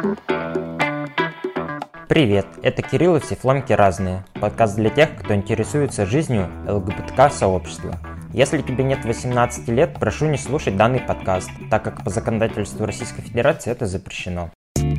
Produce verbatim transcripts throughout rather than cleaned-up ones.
Привет, это Кирилл и все фломки разные. Подкаст для тех, кто интересуется жизнью ЛГБТК-сообщества. Если тебе нет восемнадцати лет, прошу не слушать данный подкаст, так как по законодательству Российской Федерации это запрещено.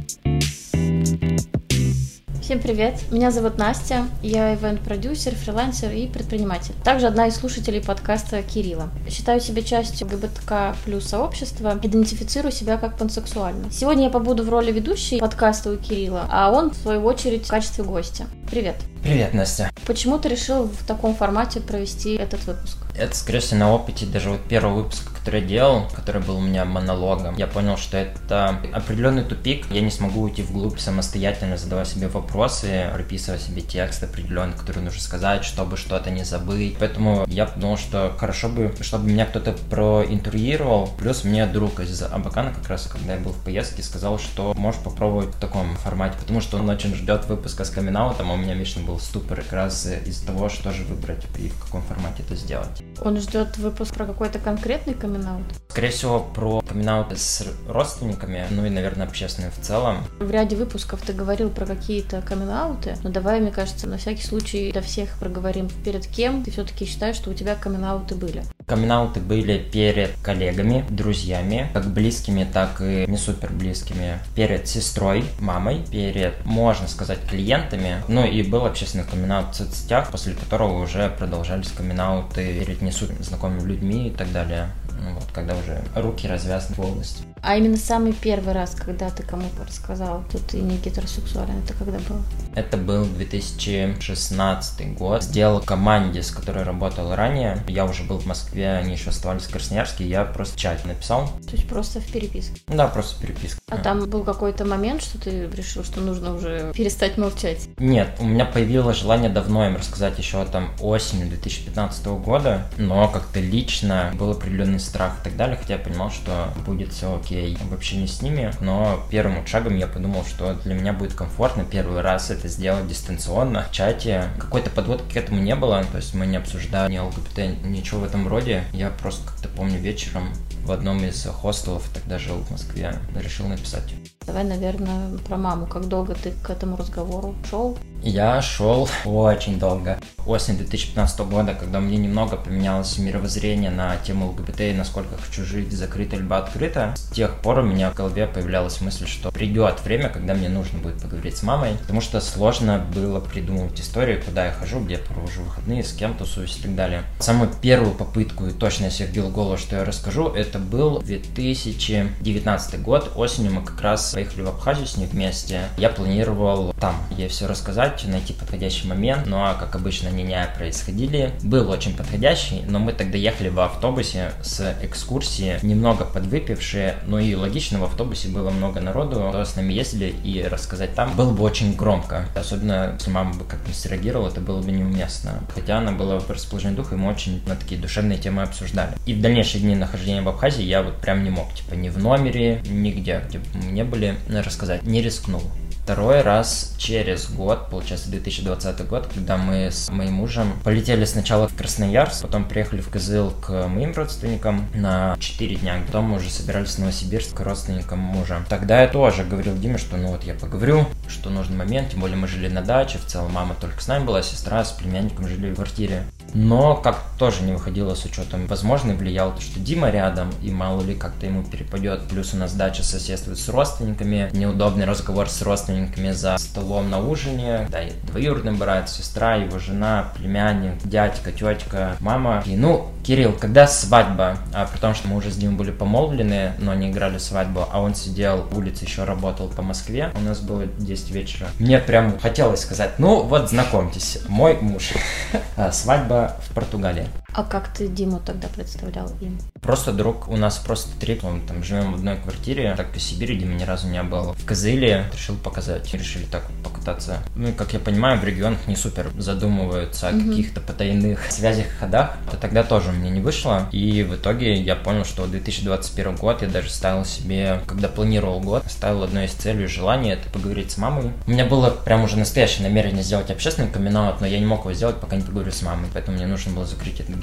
Всем привет, меня зовут Настя, я ивент-продюсер, фрилансер и предприниматель. Также одна из слушателей подкаста Кирилла. Считаю себя частью ЛГБТК плюс сообщества, идентифицирую себя как пансексуальна. Сегодня я побуду в роли ведущей подкаста у Кирилла, а он, в свою очередь, в качестве гостя. Привет. Привет, Настя. Почему ты решил в таком формате провести этот выпуск? Это, скорее всего, на опыте даже вот первого выпуска, который я делал, который был у меня монологом. Я понял, что это определенный тупик. Я не смогу уйти вглубь самостоятельно, задавая себе вопросы, прописывая себе текст определенный, который нужно сказать, чтобы что-то не забыть. Поэтому я подумал, что хорошо бы, чтобы меня кто-то проинтервьюировал. Плюс мне друг из Абакана, как раз когда я был в поездке, сказал, что можешь попробовать в таком формате, потому что он очень ждет выпуска с камин-аутом, а у меня лично был ступор как раз из-за того, что же выбрать и в каком формате это сделать. Он ждет выпуск про какой-то конкретный камин-аут? Скорее всего, про камин-ауты с родственниками, ну и, наверное, общественные в целом. В ряде выпусков ты говорил про какие-то камин-ауты, но давай, мне кажется, на всякий случай для всех проговорим, перед кем ты все-таки считаешь, что у тебя камин-ауты были. Камин-ауты были перед коллегами, друзьями, как близкими, так и не супер близкими, перед сестрой, мамой, перед, можно сказать, клиентами. Ну и был общественный камин-аут в соцсетях, после которого уже продолжались камин-ауты перед не супер знакомыми людьми и так далее. Ну, вот, когда уже руки развязаны полностью. А именно самый первый раз, когда ты кому-то рассказал, что ты не гетеросексуален, это когда было? Это был две тысячи шестнадцатый год. Сделал команде, с которой работал ранее. Я уже был в Москве, они еще оставались в Красноярске, я просто в чате написал. То есть просто в переписке? Да, просто в переписке. А там был какой-то момент, что ты решил, что нужно уже перестать молчать? Нет, у меня появилось желание давно им рассказать еще там осенью две тысячи пятнадцатого года, но как-то лично был определенный страх и так далее, хотя я понимал, что будет все окей в общении с ними, но первым шагом я подумал, что для меня будет комфортно первый раз это сделать дистанционно в чате. Какой-то подводки к этому не было, то есть мы не обсуждали ни ЛГБТ, ничего в этом роде. Я просто как-то помню вечером в одном из хостелов, тогда жил в Москве, решил написать. Давай, наверное, про маму. Как долго ты к этому разговору шел? Я шел очень долго. Осень две тысячи пятнадцатого года, когда мне немного поменялось мировоззрение на тему ЛГБТ и насколько хочу жить закрыто либо открыто, с тех пор у меня в голове появлялась мысль, что придет время, когда мне нужно будет поговорить с мамой, потому что сложно было придумывать историю, куда я хожу, где я провожу выходные, с кем тусуюсь и так далее. Самую первую попытку, и точно я себе вбил в голову, что я расскажу, это был две тысячи девятнадцатый год. Осенью мы как раз поехали в Абхазию с ней вместе. Я планировал там ей все рассказать, найти подходящий момент, ну а как обычно не происходили. Был очень подходящий, но мы тогда ехали в автобусе с экскурсии, немного подвыпившие, ну и логично, в автобусе было много народу, кто с нами ездили, и рассказать там было бы очень громко. Особенно, если мама бы как-то среагировала, это было бы неуместно. Хотя она была в расположении духа, и мы очень на такие душевные темы обсуждали. И в дальнейшие дни нахождения в Абхазии я вот прям не мог, типа ни в номере, нигде, где бы мы не были, рассказать, не рискнул. Второй раз через год, получается две тысячи двадцатый год, когда мы с моим мужем полетели сначала в Красноярск, потом приехали в Кызыл к моим родственникам на четыре дня, потом мы уже собирались в Новосибирск к родственникам мужа. Тогда я тоже говорил Диме, что ну вот я поговорю, что нужный момент, тем более мы жили на даче, в целом мама только с нами была, сестра с племянником жили в квартире. Но как тоже не выходило с учетом, возможно, влияло то, что Дима рядом, и мало ли как-то ему перепадет. Плюс у нас дача соседствует с родственниками, неудобный разговор с родственниками за столом на ужине. Да, и двоюродный брат, сестра, его жена, племянник, дядька, тетка, мама. И ну, Кирилл, когда свадьба? А при том, что мы уже с Димой были помолвлены, но не играли свадьбу, а он сидел в улице, еще работал по Москве. У нас было десять вечера. Мне прям хотелось сказать, ну вот знакомьтесь, мой муж. Свадьба в Португалии. А как ты Диму тогда представлял им? Просто друг, у нас просто три, мы там живем в одной квартире, так по Сибири Дима ни разу не был. В Кызыле решил показать, решили так покататься. Ну и как я понимаю, в регионах не супер задумываются о mm-hmm. каких-то потайных связях и ходах. Это тогда тоже мне не вышло, и в итоге я понял, что две тысячи двадцать первый год я даже ставил себе, когда планировал год, ставил одной из целей и желаний это поговорить с мамой. У меня было прям уже настоящее намерение сделать общественный камин-аут, но я не мог его сделать, пока не поговорю с мамой, поэтому мне нужно было закрыть этот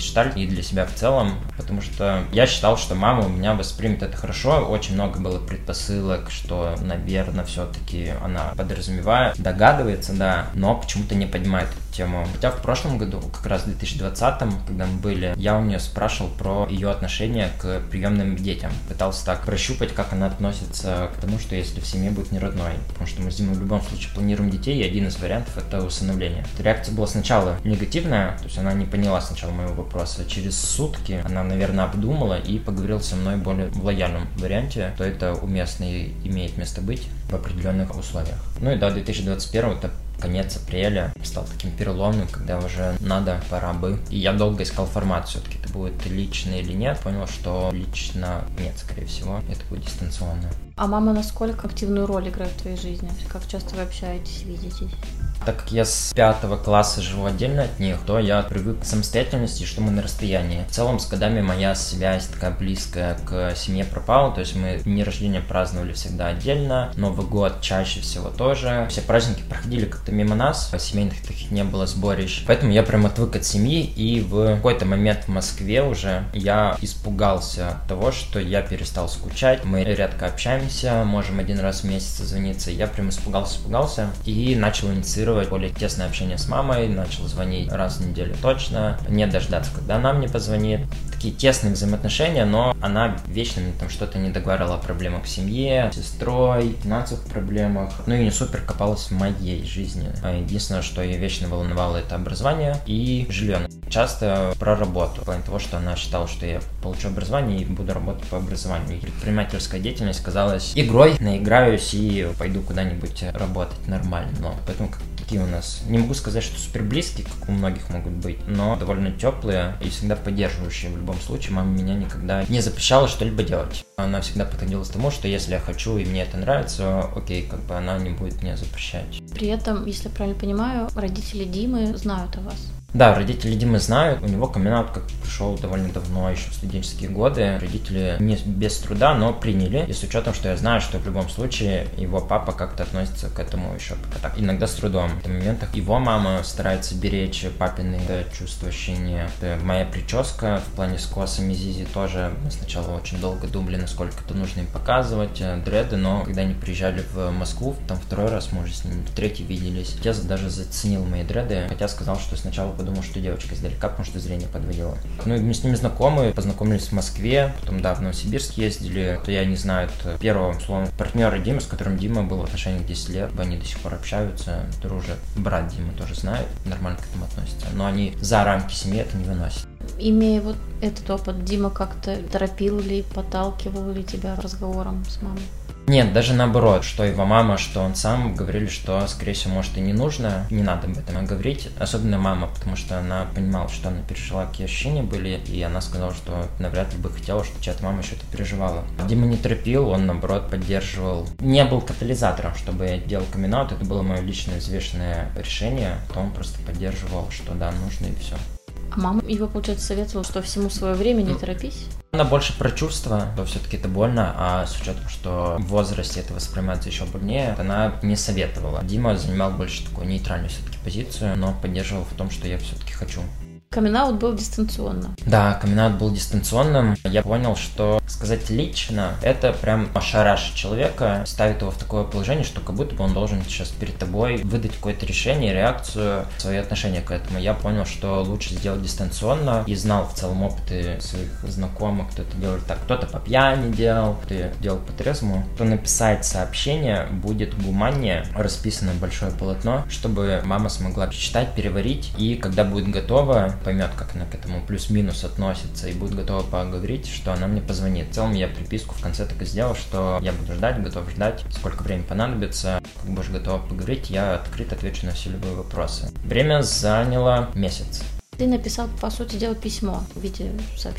гештальт и для себя в целом, потому что я считал, что мама у меня воспримет это хорошо. Очень много было предпосылок, что, наверное, все-таки она подразумевает, догадывается, да, но почему-то не поднимает эту тему. Хотя в прошлом году, как раз в две тысячи двадцатом, когда мы были, я у нее спрашивал про ее отношение к приемным детям. Пытался так прощупать, как она относится к тому, что если в семье будет не родной. Потому что мы с Димой в любом случае планируем детей, и один из вариантов — это усыновление. Реакция была сначала негативная, то есть она не поняла сначала моего вопроса. Через сутки она, наверное, обдумала и поговорила со мной более в лояльном варианте, то это уместно и имеет место быть в определенных условиях. Ну и да, две тысячи двадцать первый — это конец апреля стал таким переломным, когда уже надо, пора бы. И я долго искал формат, все-таки это будет лично или нет. Понял, что лично нет, скорее всего, это будет дистанционно. А мама насколько активную роль играет в твоей жизни? Как часто вы общаетесь, видитесь? Так как я с пятого класса живу отдельно от них, то я привык к самостоятельности, что мы на расстоянии. В целом, с годами моя связь такая близкая к семье пропала, то есть мы дни рождения праздновали всегда отдельно, Новый год чаще всего тоже. Все праздники проходили как-то мимо нас, семейных таких не было сборищ. Поэтому я прям отвык от семьи, и в какой-то момент в Москве уже я испугался того, что я перестал скучать. Мы редко общаемся, можем один раз в месяц созвониться. Я прям испугался-испугался и начал инициировать более тесное общение с мамой, начал звонить раз в неделю точно, не дождаться, когда она мне позвонит. Такие тесные взаимоотношения, но она вечно мне там что-то не договаривала о проблемах в семье, с сестрой, финансовых проблемах, ну и не супер копалась в моей жизни. Единственное, что ее вечно волновало, это образование и жилье. Часто про работу, в плане того, что она считала, что я получу образование и буду работать по образованию. И предпринимательская деятельность казалась игрой, наиграюсь и пойду куда-нибудь работать нормально. Но поэтому какие у нас, не могу сказать, что супер близкие, как у многих могут быть, но довольно теплые и всегда поддерживающие в любом случае. Мама меня никогда не запрещала что-либо делать. Она всегда подходила к тому, что если я хочу и мне это нравится, окей, как бы она не будет мне запрещать. При этом, если я правильно понимаю, родители Димы знают о вас. Да, родители Димы знают, у него камин-аут как пришел довольно давно, еще в студенческие годы. Родители не без труда, но приняли, и с учетом, что я знаю, что в любом случае его папа как-то относится к этому еще пока так, иногда с трудом. В моментах его мама старается беречь папины чувства ощущения. Моя прическа в плане с косами Зизи тоже сначала очень долго думали, насколько это нужно им показывать, дреды, но когда они приезжали в Москву, там второй раз, мы уже с ним в третий виделись, отец даже заценил мои дреды, хотя сказал, что сначала думал, что девочка издалека, потому что зрение подводило. Ну и мы с ними знакомы, познакомились в Москве, потом, да, в Новосибирск ездили. То я не знаю, это первого, условно, партнера Димы, с которым Дима был в отношениях десять лет, они до сих пор общаются, дружат. Брат Димы тоже знает, нормально к этому относится, но они за рамки семьи это не выносят. Имея вот этот опыт, Дима как-то торопил ли, подталкивал ли тебя разговором с мамой? Нет, даже наоборот, что его мама, что он сам говорили, что, скорее всего, может и не нужно, не надо об этом говорить, особенно мама, потому что она понимала, что она пережила, какие ощущения были, и она сказала, что навряд ли бы хотела, чтобы чья-то мама еще это переживала. Дима не торопил, он, наоборот, поддерживал, не был катализатором, чтобы я делал камин-аут, это было мое личное взвешенное решение, то он просто поддерживал, что да, нужно и все. А мама его, получается, советовала, что всему свое время, не торопись? Она больше про чувства, то все-таки это больно, а с учетом, что в возрасте это воспринимается еще больнее, она не советовала. Дима занимал больше такую нейтральную все-таки позицию, но поддерживал в том, что я все-таки хочу. Камин-аут был дистанционно. Да, камин-аут был дистанционным. Я понял, что сказать лично, это прям ошарашит человека, ставит его в такое положение, что как будто бы он должен сейчас перед тобой выдать какое-то решение, реакцию, свои отношения к этому. Я понял, что лучше сделать дистанционно, и знал в целом опыты своих знакомых, кто это делал так. Кто-то по пьяни делал, кто делал по-трезвому. То написать сообщение будет гуманнее, расписано большое полотно, чтобы мама смогла читать, переварить, и когда будет готова, поймет, как она к этому плюс-минус относится и будет готова поговорить, что она мне позвонит. В целом я приписку в конце так и сделал, что я буду ждать, готов ждать, сколько времени понадобится, как будешь готова поговорить, я открыт отвечу на все любые вопросы. Время заняло месяц. Ты написал, по сути дела, письмо в виде сообщения.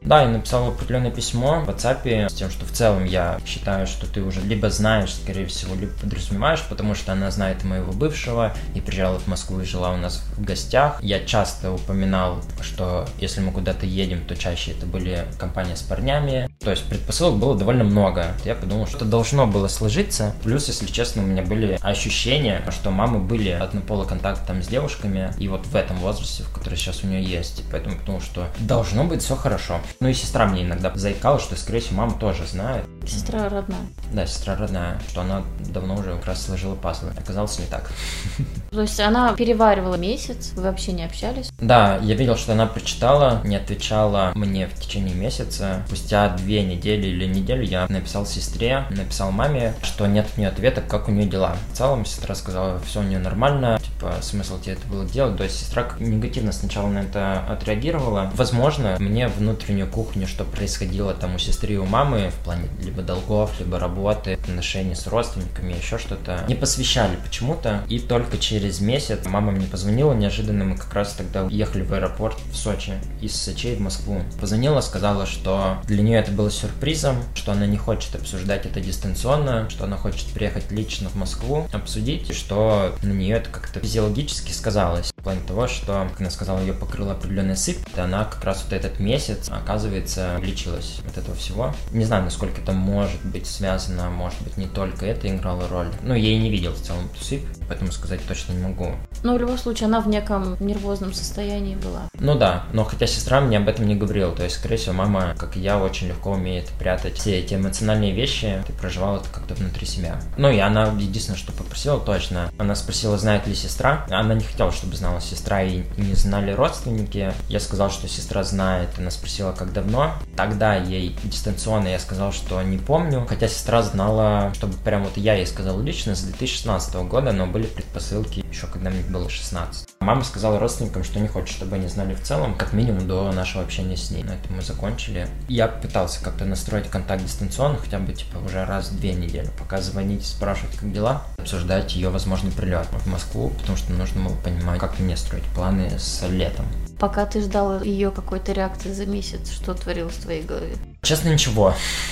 Да, я написал определенное письмо в WhatsApp с тем, что в целом я считаю, что ты уже либо знаешь, скорее всего, либо подразумеваешь, потому что она знает моего бывшего и приезжала в Москву и жила у нас в гостях. Я часто упоминал, что если мы куда-то едем, то чаще это были компании с парнями. То есть предпосылок было довольно много. Я подумал, что должно было сложиться. Плюс, если честно, у меня были ощущения, что мамы были однополый контакт там с девушками, и вот в этом возрасте, в который сейчас у нее есть. Поэтому я подумал, что должно быть все хорошо. Ну и сестра мне иногда заикалась, что, скорее всего, мама тоже знает. Сестра родная. Да, сестра родная, что она давно уже как раз сложила пазлы. Оказалось, не так. То есть она переваривала месяц, вы вообще не общались? Да, я видел, что она прочитала, не отвечала мне в течение месяца. Спустя две недели или неделю я написал сестре, написал маме, что нет от нее ответа, как у нее дела. В целом сестра сказала, все у нее нормально, типа, смысл тебе это было делать. То есть сестра негативно сначала на это отреагировала. Возможно, мне внутреннюю кухню, что происходило там у сестры и у мамы в плане либо долгов, либо работы, отношений с родственниками, еще что-то, не посвящали почему-то. И только через месяц мама мне позвонила неожиданно, мы как раз тогда ехали в аэропорт в Сочи из Сочи в Москву. Позвонила, сказала, что для нее это было сюрпризом, что она не хочет обсуждать это дистанционно, что она хочет приехать лично в Москву, обсудить, и что на нее это как-то физиологически сказалось. В плане того, что, как она сказала, ее покрыла определенная сыпь, и она как раз вот этот месяц, оказывается, лечилась от этого всего. Не знаю, насколько это может быть связано, может быть, не только это играло роль. Ну, я и не видел в целом эту сыпь, поэтому сказать точно не могу. Но в любом случае она в неком нервозном состоянии была. Ну да, но хотя сестра мне об этом не говорила, то есть, скорее всего, мама, как и я, очень легко умеет прятать все эти эмоциональные вещи, ты проживал это как-то внутри себя. Ну и она единственное, что попросила точно, она спросила, знает ли сестра, она не хотела, чтобы знала сестра и не знали родственники. Я сказал, что сестра знает, она спросила, как давно. Тогда ей дистанционно я сказал, что не помню, хотя сестра знала, чтобы прям вот я ей сказал лично с две тысячи шестнадцатого года, но были предпосылки еще когда мне было шестнадцать. Мама сказала родственникам, что не хочет, чтобы они знали в целом, как минимум до нашего общения с ней. На этом мы закончили. Я пытался как-то настроить контакт дистанционно, хотя бы типа уже раз в две недели, пока звонить, спрашивать, как дела, обсуждать ее возможный прилет в Москву, потому что нужно было понимать, как мне строить планы с летом. Пока ты ждал ее какой-то реакции за месяц, что творилось в твоей голове? Честно, ничего.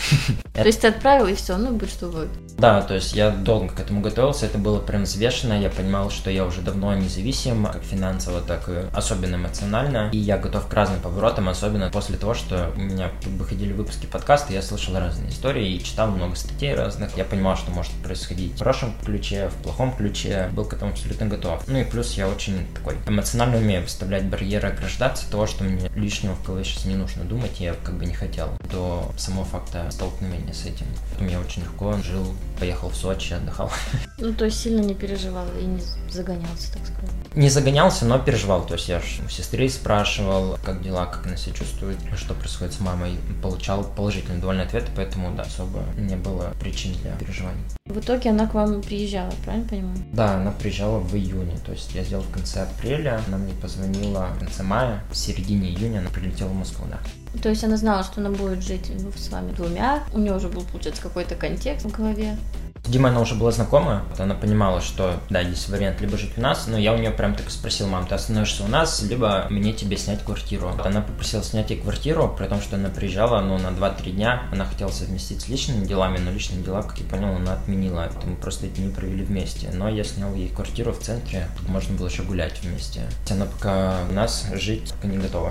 То есть ты отправил, и все, ну, будь что будет. Да, то есть я долго к этому готовился, это было прям взвешенно, я понимал, что я уже давно независим, как финансово, так и особенно эмоционально, и я готов к разным поворотам, особенно после того, что у меня выходили выпуски подкаста, я слышал разные истории и читал много статей разных, я понимал, что может происходить в хорошем ключе, в плохом ключе, был к этому абсолютно готов. Ну и плюс я очень такой эмоционально умею выставлять барьеры, ограждаться от того, что мне лишнего в голове сейчас не нужно думать, я как бы не хотел до самого факта столкновения с этим. Потом я очень легко жил, поехал в Сочи, отдыхал. Ну, то есть сильно не переживал и не загонялся, так сказать? Не загонялся, но переживал. То есть я у сестры спрашивал, как дела, как она себя чувствует, что происходит с мамой. Получал положительные довольно ответы, поэтому, да, особо не было причин для переживаний. В итоге она к вам приезжала, правильно понимаю? Да, она приезжала в июне, то есть я сделал в конце апреля, она мне позвонила в конце мая, в середине июня она прилетела в Москву, да. То есть она знала, что она будет жить с вами двумя, у нее уже был, получается, какой-то контекст в голове. С Димой она уже была знакома, она понимала, что, да, есть вариант либо жить у нас, но я у нее прям так спросил: мам, ты остановишься у нас, либо мне тебе снять квартиру. Она попросила снять ей квартиру, при том, что она приезжала, ну, на два-три дня, она хотела совместить с личными делами, но личные дела, как я понял, она отменила, это мы просто эти дни провели вместе. Но я снял ей квартиру в центре, можно было еще гулять вместе. Она пока у нас жить пока не готова.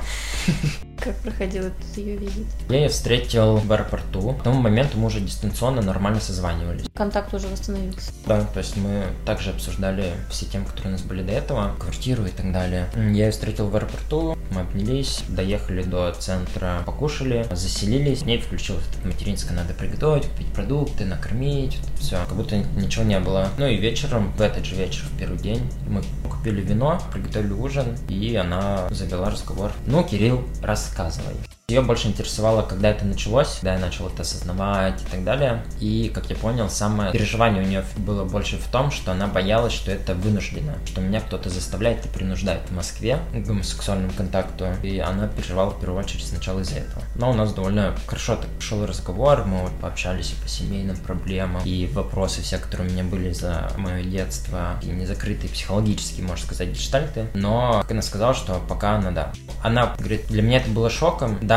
Как проходил этот ее визит? Я ее встретил в аэропорту. К тому моменту мы уже дистанционно нормально созванивались. Контакт уже восстановился? Да, то есть мы также обсуждали все темы, которые у нас были до этого, квартиру и так далее. Я ее встретил в аэропорту, мы обнялись, доехали до центра, покушали, заселились. В ней включилось это материнское: надо приготовить, купить продукты, накормить, все, как будто ничего не было. Ну и вечером, в этот же вечер, в первый день, мы купили вино, приготовили ужин, и она завела разговор. Ну, Кирилл, рассказывай. Ее больше интересовало, когда это началось, когда я начал это осознавать и так далее. И, как я понял, самое переживание у нее было больше в том, что она боялась, что это вынуждено, что меня кто-то заставляет и принуждает в Москве к гомосексуальному контакту. И она переживала в первую очередь сначала из-за этого. Но у нас довольно хорошо так пошел разговор, мы вот пообщались и по семейным проблемам, и вопросы все, которые у меня были за мое детство, и незакрытые психологические, можно сказать, гештальты. Но, как она сказала, что пока она, да. Она говорит, для меня это было шоком. Да,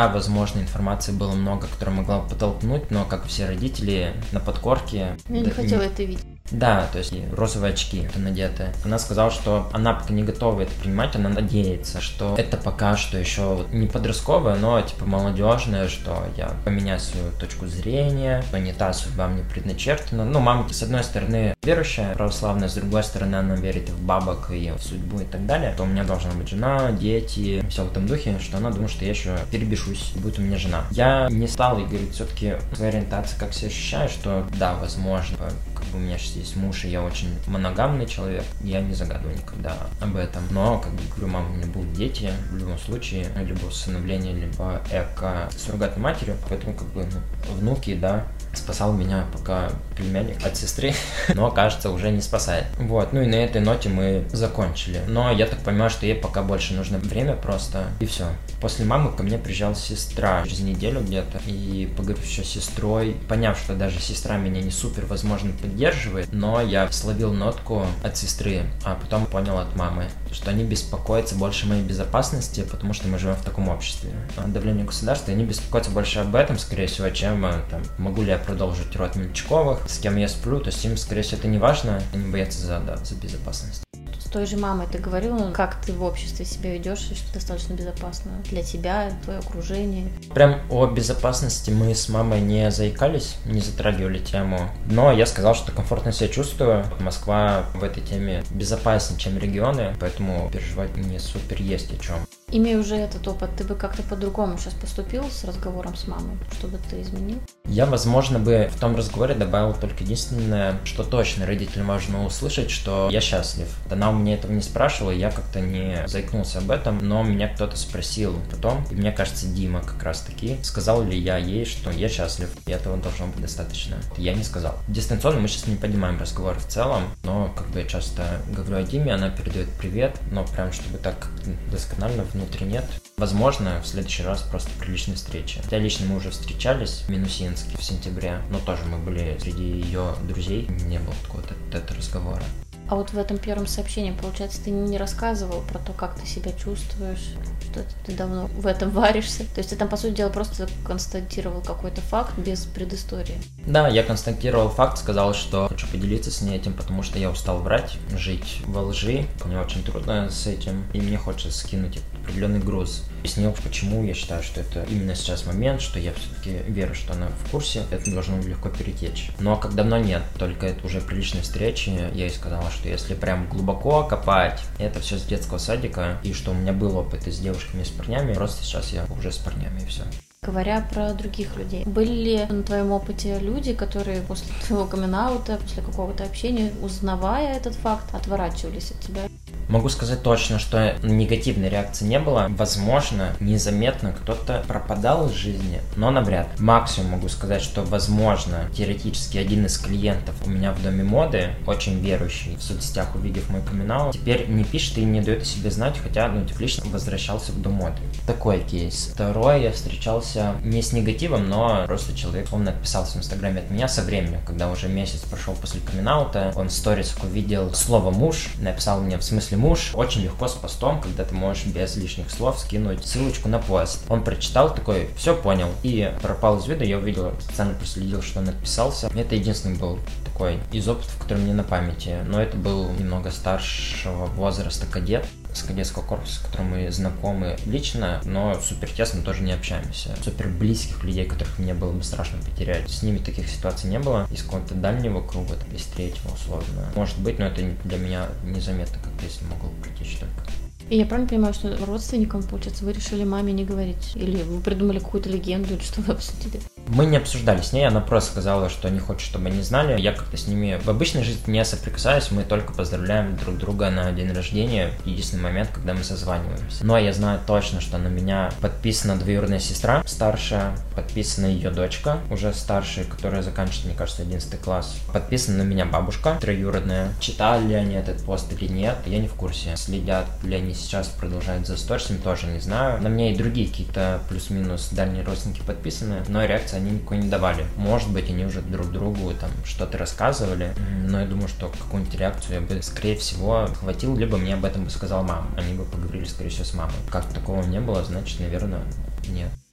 Да, возможно, информации было много, которая могла подтолкнуть, но, как все родители, на подкорке... Я не хотела это видеть. Да, то есть розовые очки надетые. Она сказала, что она пока не готова это принимать, она надеется, что это пока что еще не подростковое, но типа молодежное, что я поменяю свою точку зрения, что не та судьба мне предначертана. Ну, мама, с одной стороны, верующая, православная, с другой стороны, она верит в бабок и в судьбу и так далее, то у меня должна быть жена, дети, все в этом духе, что она думает, что я еще перебешусь, и будет у меня жена. Я не стал ей говорить все-таки своей ориентации, как себя ощущаю, что да, возможно, как бы у меня сейчас есть муж, и я очень моногамный человек, я не загадываю никогда об этом. Но, как бы говорю, мама, у меня будут дети, в любом случае, либо усыновление, либо эко-суррогатной матерью, поэтому, как бы, ну, внуки, да, спасал меня пока племянник от сестры, но, кажется, уже не спасает. Вот, ну и на этой ноте мы закончили. Но я так понимаю, что ей пока больше нужно время просто, и все. После мамы ко мне приезжала сестра через неделю где-то, и поговорив еще с сестрой, поняв, что даже сестра меня не супер, возможно, поддерживает, но я словил нотку от сестры, а потом понял от мамы, что они беспокоятся больше о моей безопасности, потому что мы живем в таком обществе. Давление государства, и они беспокоятся больше об этом, скорее всего, чем там, могу ли я продолжить род Мельчаковых, с кем я сплю, то есть им, скорее всего, это не важно, они боятся за, да, за безопасность. С той же мамой ты говорила, как ты в обществе себя ведешь, и что достаточно безопасно для тебя, твое окружение? Прям о безопасности мы с мамой не заикались, не затрагивали тему, но я сказал, что комфортно себя чувствую. Москва в этой теме безопаснее, чем регионы, поэтому переживать не супер есть о чем. Имея уже этот опыт, ты бы как-то по-другому сейчас поступил с разговором с мамой, чтобы ты изменил? Я, возможно, бы в том разговоре добавил только единственное, что точно родителям важно услышать, что я счастлив. Она у меня этого не спрашивала, я как-то не заикнулся об этом, но меня кто-то спросил потом, и мне кажется, Дима как раз-таки, сказал ли я ей, что я счастлив, и этого должно быть достаточно. Я не сказал. Дистанционно мы сейчас не поднимаем разговор в целом, но как бы я часто говорю о Диме, она передает привет, но прям чтобы так досконально внутри нет. Возможно, в следующий раз просто при личной встрече. Хотя лично мы уже встречались в Минусинске в сентябре, но тоже мы были среди ее друзей, не было какого-то этого разговора. А вот в этом первом сообщении, получается, ты не рассказывал про то, как ты себя чувствуешь, что ты давно в этом варишься. То есть ты там, по сути дела, просто констатировал какой-то факт без предыстории. Да, я констатировал факт, сказал, что хочу поделиться с ней этим, потому что я устал врать, жить во лжи. Мне очень трудно с этим, и мне хочется скинуть определенный груз. Объяснил, почему я считаю, что это именно сейчас момент, что я все-таки верю, что она в курсе, это должно легко перетечь. Но как давно нет, только это уже при личной встрече, я ей сказала, что если прям глубоко копать, это все с детского садика, и что у меня был опыт и с девушками, и с парнями, просто сейчас я уже с парнями, и все. Говоря про других людей, были ли на твоем опыте люди, которые после твоего камин-аута, после какого-то общения, узнавая этот факт, отворачивались от тебя? Могу сказать точно, что негативной реакции не было. Возможно, незаметно кто-то пропадал из жизни, но навряд. Максимум могу сказать, что, возможно, теоретически один из клиентов у меня в доме моды, очень верующий, в соцсетях увидев мой камин-аут, теперь не пишет и не дает о себе знать, хотя, ну, типа, лично возвращался в дом моды. Такой кейс. Второе, я встречался не с негативом, но просто человек, он отписался в инстаграме от меня со временем, когда уже месяц прошел после камин-аута, он в сторисах увидел слово «муж», написал мне в смысле «муж», очень легко с постом, когда ты можешь без лишних слов скинуть ссылочку на пост. Он прочитал, такой, все понял, и пропал из виду. Я увидел, специально проследил, что он отписался. Это единственный был такой из опытов, который мне на памяти, но это был немного старшего возраста кадет с кадетского корпуса, с которым мы знакомы лично, но супер тесно тоже не общаемся. Супер близких людей, которых мне было бы страшно потерять. С ними таких ситуаций не было. Из какого-то дальнего круга, из третьего условно. Может быть, но это для меня незаметно, как если могло протечь только. И я правильно понимаю, что родственникам, получается, вы решили маме не говорить? Или вы придумали какую-то легенду, или что вы обсудили? Мы не обсуждали с ней, она просто сказала, что не хочет, чтобы они знали. Я как-то с ними в обычной жизни не соприкасаюсь, мы только поздравляем друг друга на день рождения. Единственный момент, когда мы созваниваемся. Но я знаю точно, что на меня подписана двоюродная сестра старшая, подписана ее дочка, уже старшая, которая заканчивает, мне кажется, одиннадцатый класс. Подписана на меня бабушка троюродная. Читали ли они этот пост или нет, я не в курсе. Следят ли они сейчас, продолжают за сторисами, тоже не знаю. На меня и другие какие-то плюс-минус дальние родственники подписаны, но реакции они никакой не давали. Может быть, они уже друг другу там что-то рассказывали, но я думаю, что какую-нибудь реакцию я бы, скорее всего, хватил, либо мне об этом бы сказал мама. Они бы поговорили, скорее всего, с мамой. Как такого не было, значит, наверное, нет.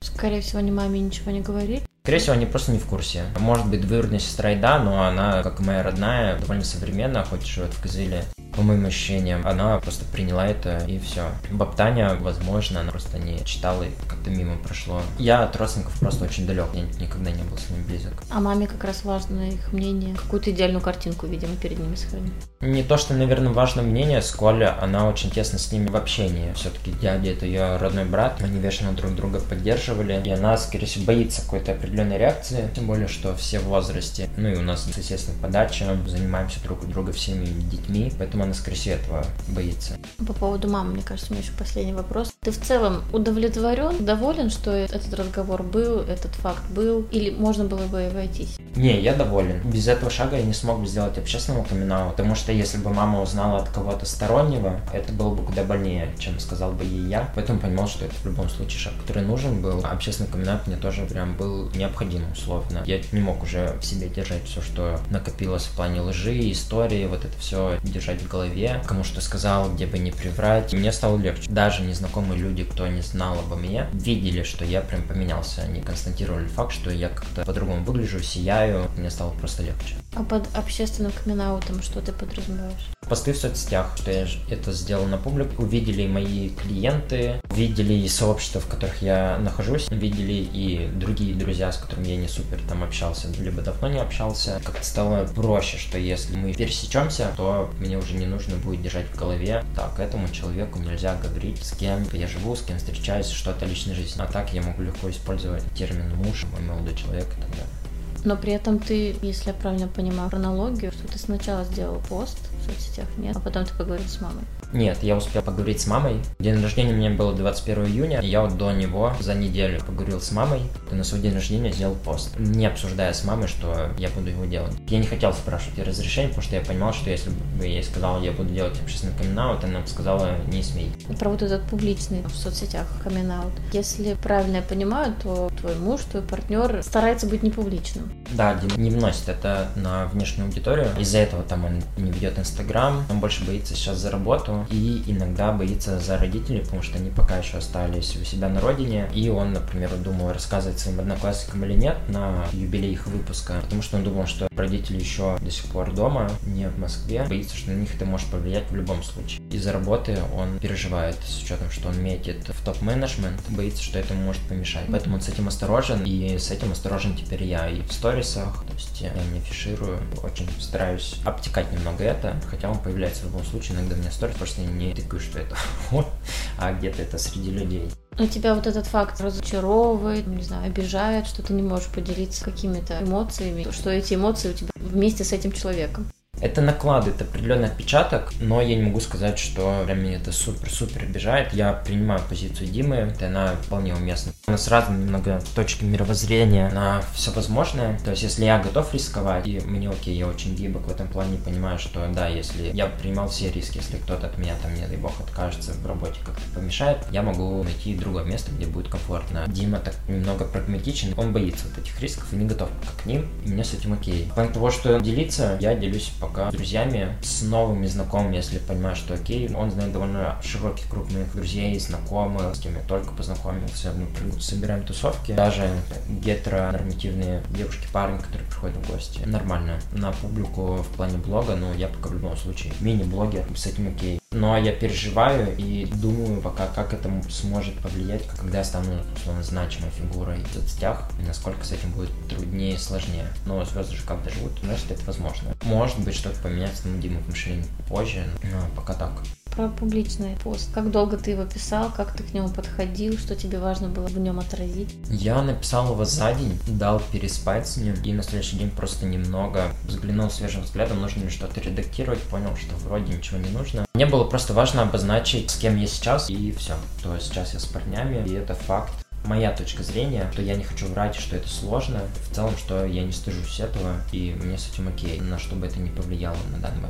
Скорее всего, они маме ничего не говорили. Скорее всего, они просто не в курсе. Может быть, двоюродная сестра и да, но она, как и моя родная, довольно современная, хоть живет в Кызыле. По моим ощущениям, она просто приняла это и все. Баб-Таня, возможно, она просто не читала и как-то мимо прошло. Я от родственников просто очень далек, я никогда не был с ними близок. А маме как раз важно их мнение. Какую-то идеальную картинку, видимо, перед ними сохранить. Не то, что, наверное, важно мнение, сколь она очень тесно с ними в общении. Все-таки дядя — это ее родной брат, они вечно друг друга поддерживали. И она, скорее всего, боится какой-то определенной реакции, тем более, что все в возрасте. Ну и у нас соседственная подача, занимаемся друг у друга всеми детьми, поэтому она, скорее всего, этого боится. По поводу мамы, мне кажется, у меня еще последний вопрос. Ты в целом удовлетворен, доволен, что этот разговор был, этот факт был, или можно было бы и обойтись? Не, я доволен. Без этого шага я не смог бы сделать общественного камин-аута, потому что если бы мама узнала от кого-то стороннего, это было бы куда больнее, чем сказал бы ей я. Поэтому понимал, что это в любом случае шаг, который нужен был. Общественный камин-аут мне тоже прям был необходим, условно. Я не мог уже в себе держать все, что накопилось в плане лжи, истории, вот это все держать в голове, кому что сказал, где бы не приврать. И мне стало легче. Даже незнакомые люди, кто не знал обо мне, видели, что я прям поменялся. Они констатировали факт, что я как-то по-другому выгляжу, сияю. Мне стало просто легче. А под общественным камин-аутом что ты подразумеваешь? Посты в соцсетях, что я это сделал на публику, увидели мои клиенты, видели и сообщества, в которых я нахожусь, видели и другие друзья, с которыми я не супер там общался, либо давно не общался. Как-то стало проще, что если мы пересечемся, то мне уже не нужно будет держать в голове, так, этому человеку нельзя говорить, с кем я живу, с кем встречаюсь, что-то личной жизни. А так я могу легко использовать термин муж, мой молодой человек и так далее. Но при этом ты, если я правильно понимаю хронологию, что ты сначала сделал пост в соцсетях, нет? А потом ты поговорил с мамой. Нет, я успел поговорить с мамой. День рождения у меня было двадцать первого июня, и я вот до него за неделю поговорил с мамой, и на свой день рождения сделал пост, не обсуждая с мамой, что я буду его делать. Я не хотел спрашивать ей разрешения, потому что я понимал, что если бы я ей сказал, я буду делать общественный камин-аут, она бы сказала, не смей. Про вот этот публичный в соцсетях камин-аут. Если правильно я понимаю, то твой муж, твой партнер старается быть непубличным. Да, Дима не вносит это на внешнюю аудиторию. Из-за этого там он не ведет Инстаграм, он больше боится сейчас за работу и иногда боится за родителей, потому что они пока еще остались у себя на родине. И он, например, думал, рассказывать своим одноклассникам или нет на юбилей их выпуска, потому что он думал, что родители еще до сих пор дома, не в Москве. Боится, что на них это может повлиять в любом случае. Из-за работы он переживает, с учетом, что он метит в топ-менеджмент, боится, что это может помешать. Поэтому он с этим осторожен, и с этим осторожен теперь я и в сторисах, то есть я не афиширую, очень стараюсь обтекать немного это, хотя он появляется в любом случае, иногда у меня сторис, просто не тыкаю, что это он, а где-то это среди людей. Но тебя вот этот факт разочаровывает, не знаю, обижает, что ты не можешь поделиться какими-то эмоциями, что эти эмоции у тебя вместе с этим человеком. Это накладывает определенный отпечаток, но я не могу сказать, что прям меня это супер-супер обижает. Я принимаю позицию Димы, это она вполне уместна. У нас разные немного точки мировоззрения на все возможное. То есть, если я готов рисковать, и мне окей, я очень гибок в этом плане, понимаю, что да, если я принимал все риски, если кто-то от меня там, не дай бог, откажется в работе, как-то помешает, я могу найти другое место, где будет комфортно. Дима так немного прагматичен, он боится вот этих рисков и не готов пока к ним, и мне с этим окей. В плане того, что делиться, я делюсь пока с друзьями, с новыми знакомыми, если понимаю, что окей. Он знает довольно широкий круг моих друзей, знакомых, с кем я только познакомился. Мы собираем тусовки. Даже гетеронормативные девушки-парни, которые приходят в гости. Нормально. На публику в плане блога, но я пока в любом случае мини-блогер, с этим окей. Но я переживаю и думаю пока, как это сможет повлиять, когда я стану, условно, значимой фигурой в соцсетях, и насколько с этим будет труднее и сложнее. Но звезды же как-то живут, значит, это возможно. Может быть, что-то поменяется на Диму в мышлении позже, но пока так. Про публичный пост. Как долго ты его писал, как ты к нему подходил, что тебе важно было в нем отразить? Я написал его за день, дал переспать с ним, и на следующий день просто немного взглянул свежим взглядом, нужно ли что-то редактировать, понял, что вроде ничего не нужно. Мне было просто важно обозначить, с кем я сейчас, и все. То есть сейчас я с парнями, и это факт. Моя точка зрения, что я не хочу врать, что это сложно, в целом, что я не стыжусь этого, и мне с этим окей, на что бы это не повлияло на данный момент.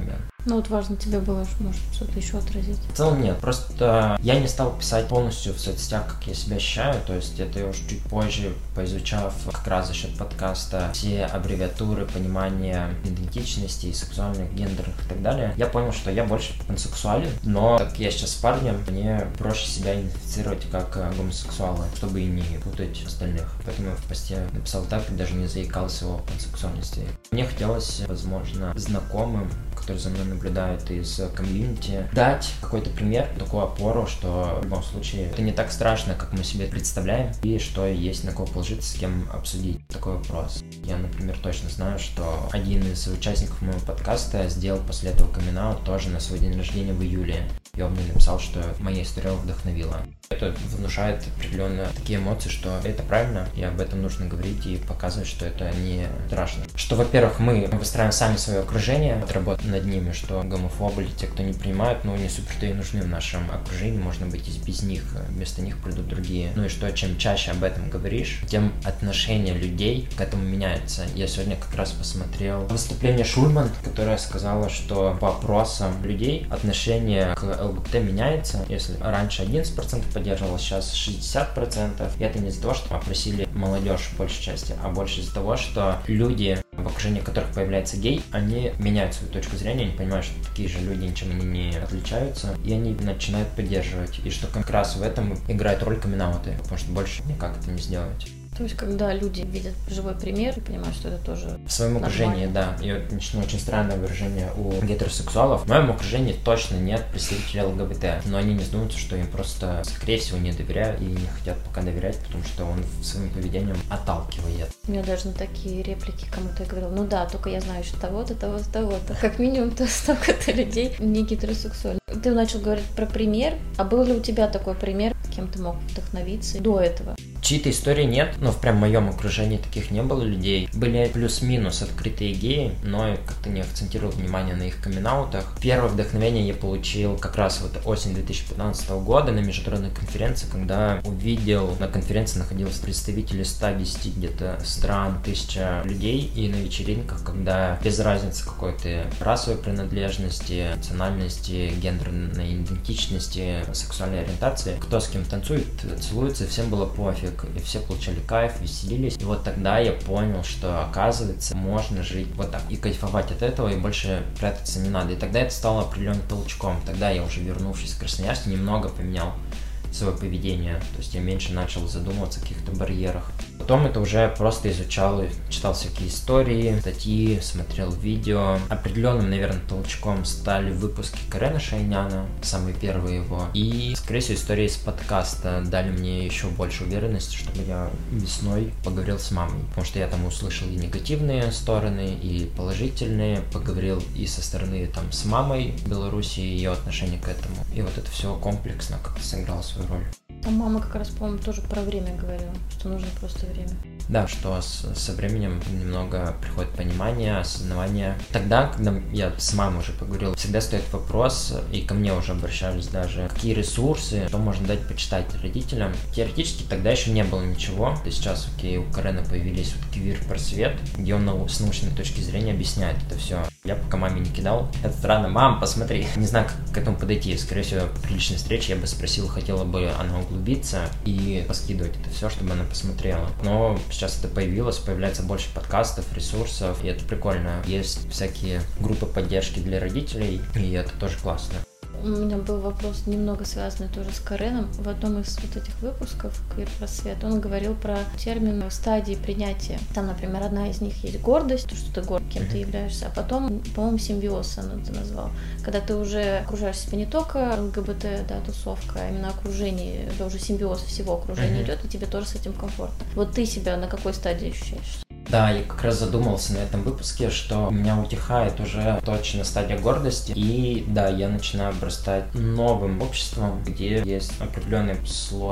Ну вот важно тебе было, может, что-то еще отразить. В целом нет, просто я не стал писать полностью в соцсетях, как я себя ощущаю, то есть это я уже чуть позже, поизучав как раз за счет подкаста все аббревиатуры, понимание идентичности, сексуальных, гендерных и так далее, я понял, что я больше пансексуален, но так я сейчас с парнем, мне проще себя идентифицировать как гомосексуала, чтобы и не путать остальных. Поэтому я в посте написал так и даже не заикался о пансексуальности. Мне хотелось, возможно, знакомым, которые за мной наблюдают из комьюнити, дать какой-то пример, такую опору, что в любом случае это не так страшно, как мы себе представляем, и что есть на кого положиться, с кем обсудить такой вопрос. Я, например, точно знаю, что один из участников моего подкаста сделал после этого камин-аут тоже на свой день рождения в июле. И он мне написал, что моя история вдохновила. Это внушает определенно такие эмоции, что это правильно, и об этом нужно говорить и показывать, что это не страшно. Что, во-первых, мы выстраиваем сами свое окружение, работаем над ними, что гомофобы или те, кто не принимают, ну, не супер-то и нужны в нашем окружении, можно быть и без них, вместо них придут другие. Ну и что, чем чаще об этом говоришь, тем отношение людей к этому меняется. Я сегодня как раз посмотрел выступление Шульман, которая сказала, что по опросам людей отношение к ЛГБТ меняется. Если раньше одиннадцать процентов поддерживало, сейчас шестьдесят процентов. И это не из-за того, что опросили молодежь в большей части, а больше из-за того, что люди, в окружении которых появляется гей, они меняют свою точку зрения, они понимают, что такие же люди ничем они не отличаются, и они начинают поддерживать. И что как раз в этом играет роль камин-ауты, потому что больше никак это не сделать. То есть, когда люди видят живой пример и понимают, что это тоже в своем окружении, да. И вот очень, очень странное выражение у гетеросексуалов. В моем окружении точно нет представителей ЛГБТ, но они не задумываются, что им просто, скорее всего, не доверяют и не хотят пока доверять, потому что он своим поведением отталкивает. У меня даже на такие реплики кому-то я говорила, ну да, только я знаю, что того-то, того-то, того-то. Как минимум, то столько-то людей не гетеросексуальных. Ты начал говорить про пример, а был ли у тебя такой пример, кем ты мог вдохновиться до этого? Чьи-то истории нет, но в прям моем окружении таких не было людей. Были плюс-минус открытые геи, но я как-то не акцентировал внимание на их камин-аутах. Первое вдохновение я получил как раз вот осень две тысячи пятнадцатого года на международной конференции, когда увидел, на конференции находились представители ста десяти где-то стран, тысяча людей, и на вечеринках, когда без разницы какой-то расовой принадлежности, национальности, гендерной идентичности, сексуальной ориентации, кто с кем танцует, целуется, всем было пофиг. И все получали кайф, веселились. И вот тогда я понял, что, оказывается, можно жить вот так и кайфовать от этого, и больше прятаться не надо. И тогда это стало определенным толчком. Тогда я уже, вернувшись в Красноярск, немного поменял свое поведение. То есть я меньше начал задумываться о каких-то барьерах. Потом это уже просто изучал, читал всякие истории, статьи, смотрел видео. Определенным, наверное, толчком стали выпуски Карена Шайняна, самые первые его. И, скорее всего, истории из подкаста дали мне еще больше уверенности, чтобы я весной поговорил с мамой. Потому что я там услышал и негативные стороны, и положительные. Поговорил и со стороны там с мамой в Беларуси, и ее отношение к этому. И вот это все комплексно как-то сыграло свою роль. Там мама как раз, по-моему, тоже про время говорила, что нужно просто время. Да, что с, со временем немного приходит понимание, осознавание. Тогда, когда я с мамой уже поговорил, всегда стоит вопрос, и ко мне уже обращались даже, какие ресурсы, что можно дать почитать родителям. Теоретически тогда еще не было ничего. И сейчас, окей, у Карена появились вот Квир Просвет, где он с научной точки зрения объясняет это все. Я пока маме не кидал. Это странно. Мам, посмотри. Не знаю, как к этому подойти. Скорее всего, при личной встрече я бы спросил, хотела бы она углубиться и поскидывать это все, чтобы она посмотрела. Но сейчас это появилось, появляется больше подкастов, ресурсов, и это прикольно. Есть всякие группы поддержки для родителей, и это тоже классно. У меня был вопрос, немного связанный тоже с Кареном. В одном из вот этих выпусков «Квир Просвет» он говорил про термин стадии принятия. Там, например, одна из них есть гордость, то, что ты горд, кем ты являешься, а потом, по-моему, симбиоз он это назвал. Когда ты уже окружаешь себя не только ЛГБТ, да, тусовка, а именно окружение, это уже симбиоз всего окружения mm-hmm. идет, и тебе тоже с этим комфортно. Вот ты себя на какой стадии ощущаешь? Да, я как раз задумался на этом выпуске, что у меня утихает уже точно стадия гордости, и да, я начинаю обрастать новым обществом, где есть определенный слой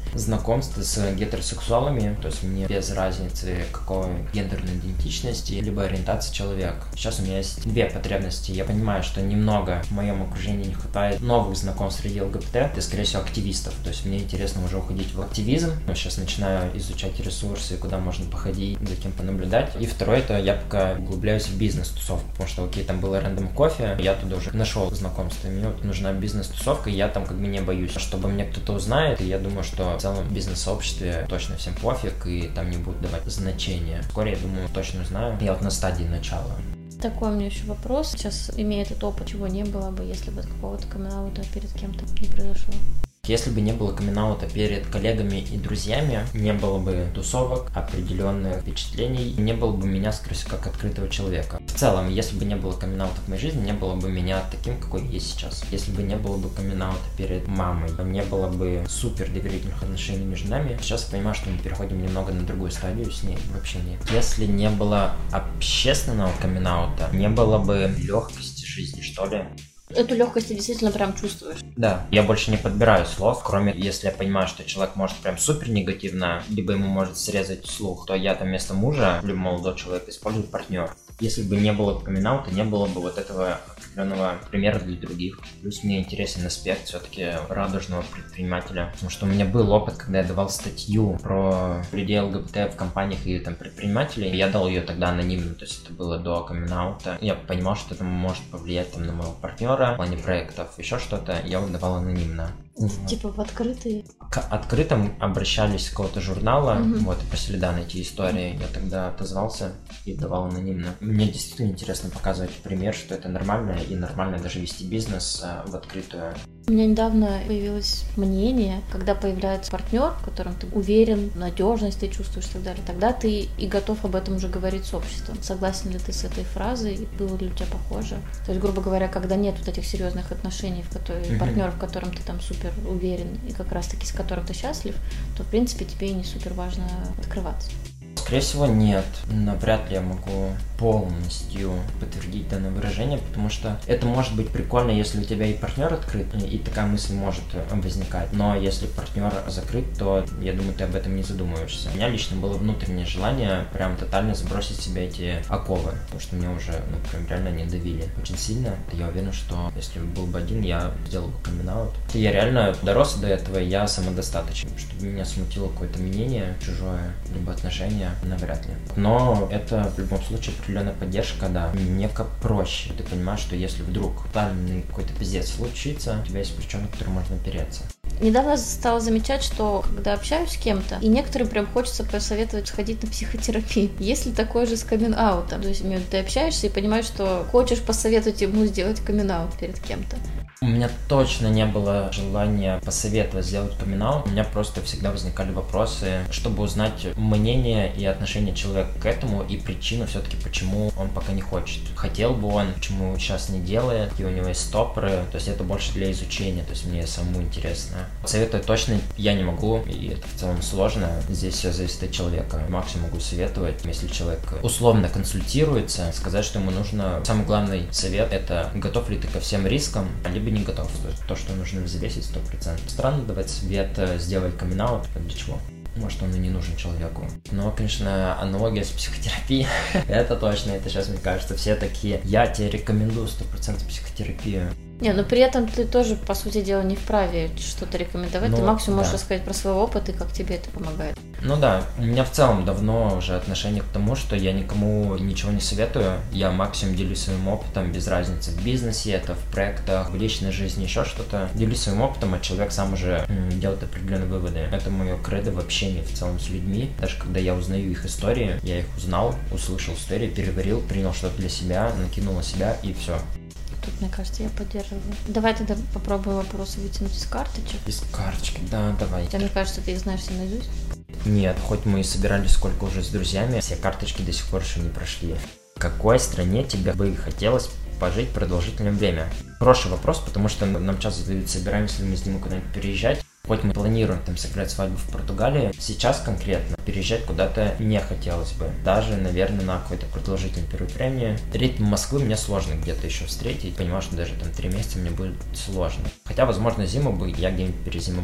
знакомство с гетеросексуалами, то есть мне без разницы какой гендерной идентичности, либо ориентации человека. Сейчас у меня есть две потребности. Я понимаю, что немного в моем окружении не хватает новых знакомств среди ЛГБТ, это, скорее всего, активистов. То есть мне интересно уже уходить в активизм. Я сейчас начинаю изучать ресурсы, куда можно походить, за кем понаблюдать. И второе, это я пока углубляюсь в бизнес-тусовку, потому что, окей, там было рандом кофе, я туда уже нашел знакомство. Мне вот нужна бизнес-тусовка, и я там как бы не боюсь, чтобы мне кто-то узнает, и я думаю, что в целом в бизнес-сообществе точно всем пофиг, и там не будут давать значения. Вскоре, я думаю, точно узнаю. Я вот на стадии начала. Такой у меня еще вопрос. Сейчас, имея этот опыт, чего не было бы, если бы какого-то камин-аута перед кем-то не произошло? Если бы не было камин-аута перед коллегами и друзьями, не было бы тусовок, определенных впечатлений, не было бы меня, скорее всего, как открытого человека. В целом, если бы не было камин-аута в моей жизни, не было бы меня таким, какой есть сейчас. Если бы не было бы камин-аута перед мамой, не было бы супер доверительных отношений между нами. Сейчас я понимаю, что мы переходим немного на другую стадию с ней в общении. Если не было общественного камин-аута, не было бы легкости жизни, что ли. Эту легкость ты действительно прям чувствуешь. Да, я больше не подбираю слов, кроме если я понимаю, что человек может прям супер негативно, либо ему может срезать слух, то я там вместо мужа, либо молодого человека использую партнер. Если бы не было камин-аута, не было бы вот этого определенного примера для других. Плюс мне интересен аспект все-таки радужного предпринимателя, потому что у меня был опыт, когда я давал статью про людей ЛГБТ в компаниях и там предпринимателей. Я дал ее тогда анонимно, то есть это было до камин-аута. Я понимал, что это может повлиять там на моего партнера в плане проектов, еще что-то. Я его давал анонимно. Типа в открытые? К открытым обращались с какого-то журнала, Mm-hmm. вот, и просили, да, найти истории. Я тогда отозвался и давал анонимно. Мне действительно интересно показывать пример, что это нормально, и нормально даже вести бизнес а, в открытую. У меня недавно появилось мнение, когда появляется партнер, в котором ты уверен, надежность ты чувствуешь и так далее, тогда ты и готов об этом уже говорить с обществом. Согласен ли ты с этой фразой, и было ли у тебя похоже? То есть, грубо говоря, когда нет вот этих серьезных отношений, в которые, mm-hmm. партнер, в котором ты там супер уверен, и как раз таки с которым ты счастлив, то, в принципе, тебе и не супер важно открываться. Скорее всего, нет. Навряд ли я могу полностью подтвердить данное выражение, потому что это может быть прикольно, если у тебя и партнер открыт, и такая мысль может возникать. Но если партнер закрыт, то, я думаю, ты об этом не задумываешься. У меня лично было внутреннее желание прям тотально сбросить с себя эти оковы, потому что меня уже, ну, прям реально не давили очень сильно. Я уверен, что если был бы один, я сделал бы камин-аут. Я реально дорос до этого, я самодостаточен. Чтобы меня смутило какое-то мнение чужое, либо отношение, навряд ли. Но это в любом случае определенная поддержка, да, неко проще. Ты понимаешь, что если вдруг тотальный какой-то пиздец случится, у тебя есть плечо, на которое можно опереться. Недавно стала замечать, что когда общаюсь с кем-то, и некоторым прям хочется посоветовать сходить на психотерапию. Есть ли такое же с камин-аутом? То есть ты общаешься и понимаешь, что хочешь посоветовать ему сделать камин-аут перед кем-то. У меня точно не было желания посоветовать сделать камин-аут. У меня просто всегда возникали вопросы, чтобы узнать мнение и отношение человека к этому и причину все-таки, почему он пока не хочет. Хотел бы он, почему сейчас не делает, какие у него есть стопоры. То есть это больше для изучения, то есть мне самому интересно. Советовать точно я не могу, и это в целом сложно. Здесь все зависит от человека. Максимум могу советовать, если человек условно консультируется, сказать, что ему нужно... Самый главный совет — это готов ли ты ко всем рискам, либо не готов. То, что нужно взвесить сто процентов. Странно давать совет сделать камин-аут, для чего? Может, он и не нужен человеку. Но, конечно, аналогия с психотерапией, это точно, это сейчас, мне кажется, все такие, я тебе рекомендую сто процентов психотерапию. Не, но при этом ты тоже, по сути дела, не вправе что-то рекомендовать. Ну, ты максимум да. можешь рассказать про свой опыт и как тебе это помогает. Ну да, у меня в целом давно уже отношение к тому, что я никому ничего не советую. Я максимум делюсь своим опытом, без разницы в бизнесе, это в проектах, в личной жизни, еще что-то. Делюсь своим опытом, а человек сам уже м, делает определенные выводы. Это мое кредо в общении в целом с людьми. Даже когда я узнаю их истории, я их узнал, услышал истории, переварил, принял что-то для себя, накинул на себя и все. Тут, мне кажется, я поддерживаю. Давай тогда попробуем вопросы вытянуть из карточек. Из карточки, да, давай. Хотя мне кажется, ты их знаешь все наизусть. Нет, хоть мы и собирались сколько уже с друзьями, все карточки до сих пор еще не прошли. В какой стране тебе бы хотелось пожить продолжительное время? Хороший вопрос, потому что нам часто задают, собираемся ли мы с ним куда-нибудь переезжать. Хоть мы планируем там сыграть свадьбу в Португалии, сейчас конкретно переезжать куда-то не хотелось бы. Даже, наверное, на какой-то продолжительный период времени. Ритм Москвы мне сложно где-то еще встретить. Понимаю, что даже там три месяца мне будет сложно. Хотя, возможно, зиму бы я где-нибудь перезимовал.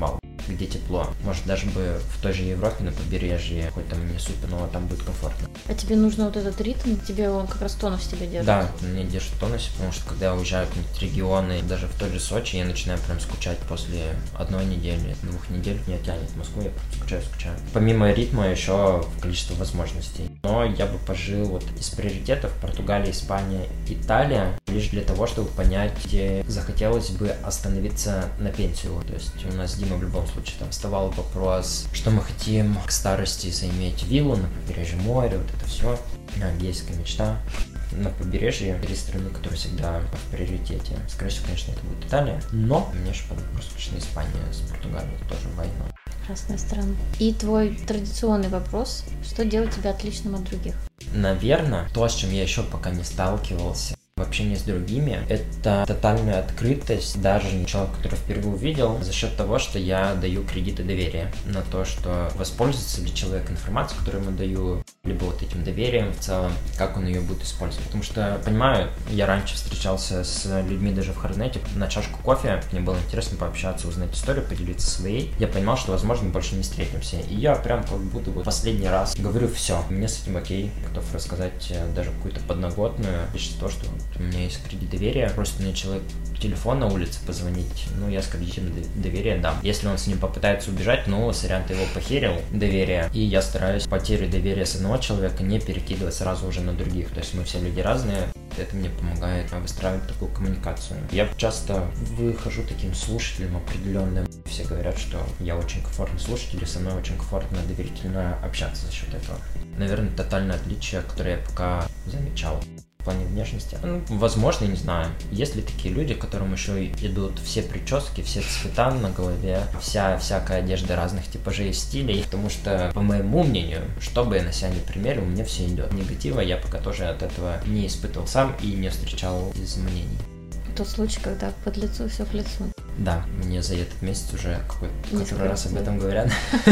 где тепло. Может, даже бы в той же Европе на побережье, хоть там не супер, но там будет комфортно. А тебе нужно вот этот ритм, тебе он как раз тонус тебя держит? Да, меня держит в тонусе, потому что когда я уезжаю в какие-нибудь регионы, даже в тот же Сочи, я начинаю прям скучать после одной недели, двух недель меня тянет в Москву, я скучаю, скучаю. Помимо ритма еще количество возможностей. Но я бы пожил вот из приоритетов Португалия, Испания, Италия, лишь для того, чтобы понять, где захотелось бы остановиться на пенсию. То есть у нас с Димой в любом случае там вставал вопрос, что мы хотим к старости заиметь виллу на побережье моря, вот это все. Гейская мечта. На побережье три страны, которые всегда в приоритете. Скорее всего, конечно, это будет Италия, но мне же просто точно Испания с Португалией тоже война. Прекрасная страна. И твой традиционный вопрос, что делает тебя отличным от других? Наверное, то, с чем я еще пока не сталкивался в общении с другими, это тотальная открытость, даже не человек, который впервые увидел, за счет того, что я даю кредиты доверия на то, что воспользуется ли человек информацией, которую ему даю, либо вот этим доверием в целом, как он ее будет использовать. Потому что, понимаю, я раньше встречался с людьми даже в Харднете на чашку кофе, мне было интересно пообщаться, узнать историю, поделиться своей. Я понимал, что, возможно, больше не встретимся. И я прям как будто бы последний раз говорю все. Мне с этим окей, готов рассказать даже какую-то подноготную, лишь то, что у меня есть кредит доверия, просто мне человек телефон на улице позвонить, ну, я с кредитом доверия дам. Если он с ним попытается убежать, ну, сорян, ты его похерил, доверие. И я стараюсь потерю доверия с одного человека не перекидывать сразу уже на других. То есть мы все люди разные, это мне помогает выстраивать такую коммуникацию. Я часто выхожу таким слушателем определенным. Все говорят, что я очень комфортный слушатель, и со мной очень комфортно, доверительно общаться за счет этого. Наверное, тотальное отличие, которое я пока замечал. В плане внешности. Ну, возможно, не знаю. Есть ли такие люди, которым еще идут все прически, все цвета на голове, вся всякая одежда разных типажей и стилей, потому что, по моему мнению, что бы я на себя не примерил, мне все идет. Негатива я пока тоже от этого не испытывал сам и не встречал изменений. Тот случай, когда под лицу все к лицу. Да, мне за этот месяц уже какой-то который раз об этом говорят.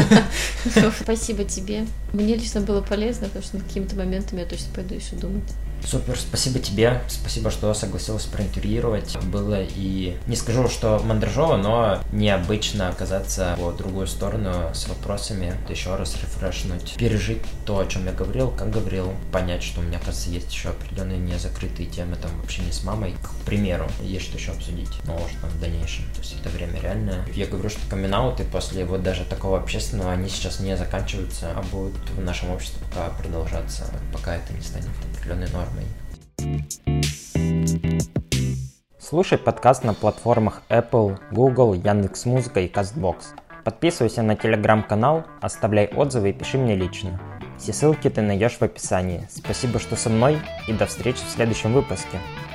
Спасибо тебе. Мне лично было полезно, потому что над какими-то моментами я точно пойду еще думать. Супер, спасибо тебе, спасибо, что согласилась проинтервьюировать. Было и, не скажу, что мандражово, но необычно оказаться по другую сторону с вопросами, еще раз рефрешнуть, пережить то, о чем я говорил, как говорил, понять, что у меня, кажется, есть еще определенные незакрытые темы, там, в общении с мамой, к примеру, есть что еще обсудить, но уже там в дальнейшем, то есть это время реальное. Я говорю, что камин-ауты после вот даже такого общественного, они сейчас не заканчиваются, а будут в нашем обществе пока продолжаться, пока это не станет определенной нормой. Слушай подкаст на платформах Apple, Google, Яндекс.Музыка и Castbox. Подписывайся на телеграм-канал, оставляй отзывы и пиши мне лично. Все ссылки ты найдешь в описании. Спасибо, что со мной, и до встречи в следующем выпуске.